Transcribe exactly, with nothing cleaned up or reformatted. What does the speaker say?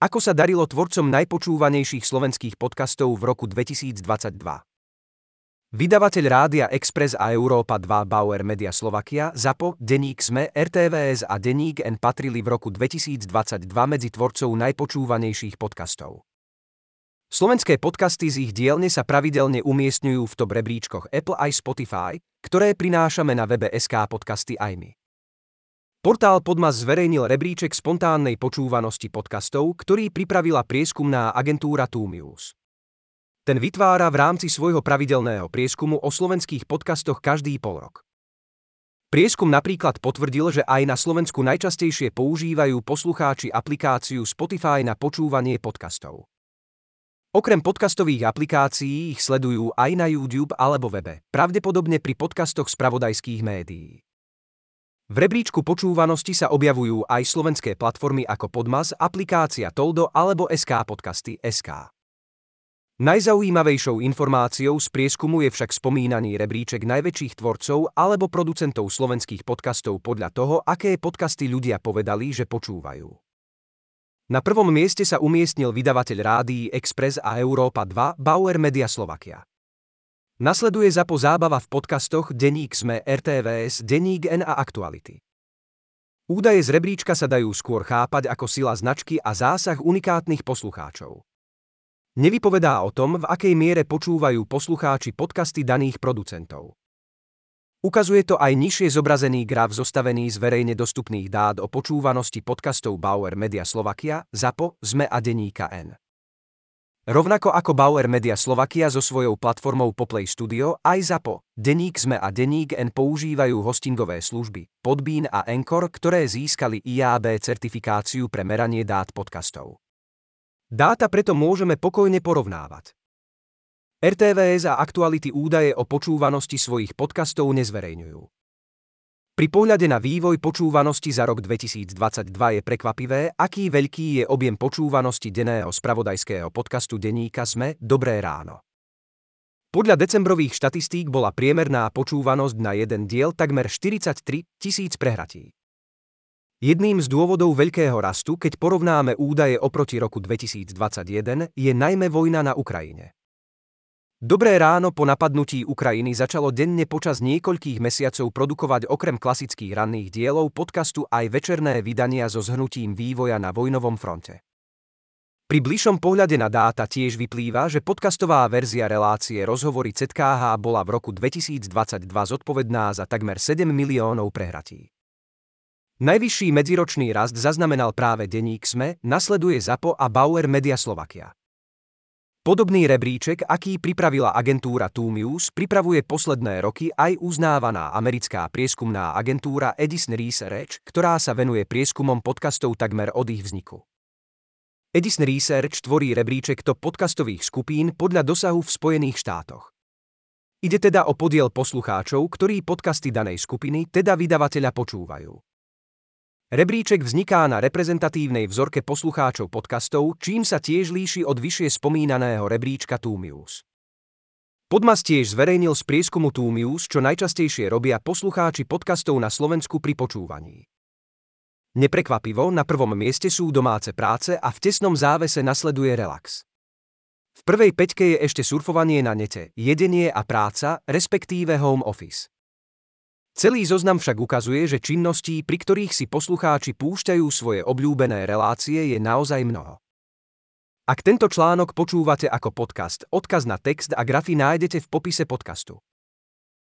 Ako sa darilo tvorcom najpočúvanejších slovenských podcastov v roku dvetisícdvadsaťdva? Vydavateľ Rádia Express a Európa dva Bauer Media Slovakia, ZAPO, denník SME, er té vé es a denník N patrili v roku dvetisícdvadsaťdva medzi tvorcov najpočúvanejších podcastov. Slovenské podcasty z ich dielne sa pravidelne umiestňujú v top rebríčkoch Apple aj Spotify, ktoré prinášame na webe es ká Podcasty aj my. Portál Podmas zverejnil rebríček spontánnej počúvanosti podcastov, ktorý pripravila prieskumná agentúra TwoMuse. Ten vytvára v rámci svojho pravidelného prieskumu o slovenských podcastoch každý polrok. Prieskum napríklad potvrdil, že aj na Slovensku najčastejšie používajú poslucháči aplikáciu Spotify na počúvanie podcastov. Okrem podcastových aplikácií ich sledujú aj na YouTube alebo webe, pravdepodobne pri podcastoch spravodajských médií. V rebríčku počúvanosti sa objavujú aj slovenské platformy ako Podmas, aplikácia Toldo alebo es ká Podcasty bodka es ká. Najzaujímavejšou informáciou z prieskumu je však spomínaný rebríček najväčších tvorcov alebo producentov slovenských podcastov podľa toho, aké podcasty ľudia povedali, že počúvajú. Na prvom mieste sa umiestnil vydavateľ Rádií Express a Európa dva Bauer Media Slovakia. Nasleduje ZAPO Zábava v podcastoch, denník SME, er té vé es, denník N a Aktuality. Údaje z rebríčka sa dajú skôr chápať ako sila značky a zásah unikátnych poslucháčov. Nevypovedá o tom, v akej miere počúvajú poslucháči podcasty daných producentov. Ukazuje to aj nižšie zobrazený graf zostavený z verejne dostupných dát o počúvanosti podcastov Bauer Media Slovakia, ZAPO, SME a denníka N. Rovnako ako Bauer Media Slovakia so svojou platformou Poplay Studio, aj ZAPO, denník SME a denník N používajú hostingové služby Podbean a Anchor, ktoré získali í á bé certifikáciu pre meranie dát podcastov. Dáta preto môžeme pokojne porovnávať. er té vé es a Aktuality údaje o počúvanosti svojich podcastov nezverejňujú. Pri pohľade na vývoj počúvanosti za rok dvetisícdvadsaťdva je prekvapivé, aký veľký je objem počúvanosti denného spravodajského podcastu denníka SME Dobré ráno. Podľa decembrových štatistík bola priemerná počúvanosť na jeden diel takmer štyridsaťtri tisíc prehratí. Jedným z dôvodov veľkého rastu, keď porovnáme údaje oproti roku dvetisícdvadsaťjeden, je najmä vojna na Ukrajine. Dobré ráno po napadnutí Ukrajiny začalo denne počas niekoľkých mesiacov produkovať okrem klasických ranných dielov podcastu aj večerné vydania so zhrnutím vývoja na vojnovom fronte. Pri bližšom pohľade na dáta tiež vyplýva, že podcastová verzia relácie Rozhovory cé ká há bola v roku dvetisícdvadsaťdva zodpovedná za takmer sedem miliónov prehratí. Najvyšší medziročný rast zaznamenal práve denník SME, nasleduje ZAPO a Bauer Media Slovakia. Podobný rebríček, aký pripravila agentúra TwoMuse, pripravuje posledné roky aj uznávaná americká prieskumná agentúra Edison Research, ktorá sa venuje prieskumom podcastov takmer od ich vzniku. Edison Research tvorí rebríček top podcastových skupín podľa dosahu v Spojených štátoch. Ide teda o podiel poslucháčov, ktorí podcasty danej skupiny, teda vydavateľa, počúvajú. Rebríček vzniká na reprezentatívnej vzorke poslucháčov podcastov, čím sa tiež líši od vyššie spomínaného rebríčka TwoMuse. Podmas tiež zverejnil z prieskumu TwoMuse, čo najčastejšie robia poslucháči podcastov na Slovensku pri počúvaní. Neprekvapivo, na prvom mieste sú domáce práce a v tesnom závese nasleduje relax. V prvej päťke je ešte surfovanie na nete, jedenie a práca, respektíve home office. Celý zoznam však ukazuje, že činností, pri ktorých si poslucháči púšťajú svoje obľúbené relácie, je naozaj mnoho. Ak tento článok počúvate ako podcast, odkaz na text a grafy nájdete v popise podcastu.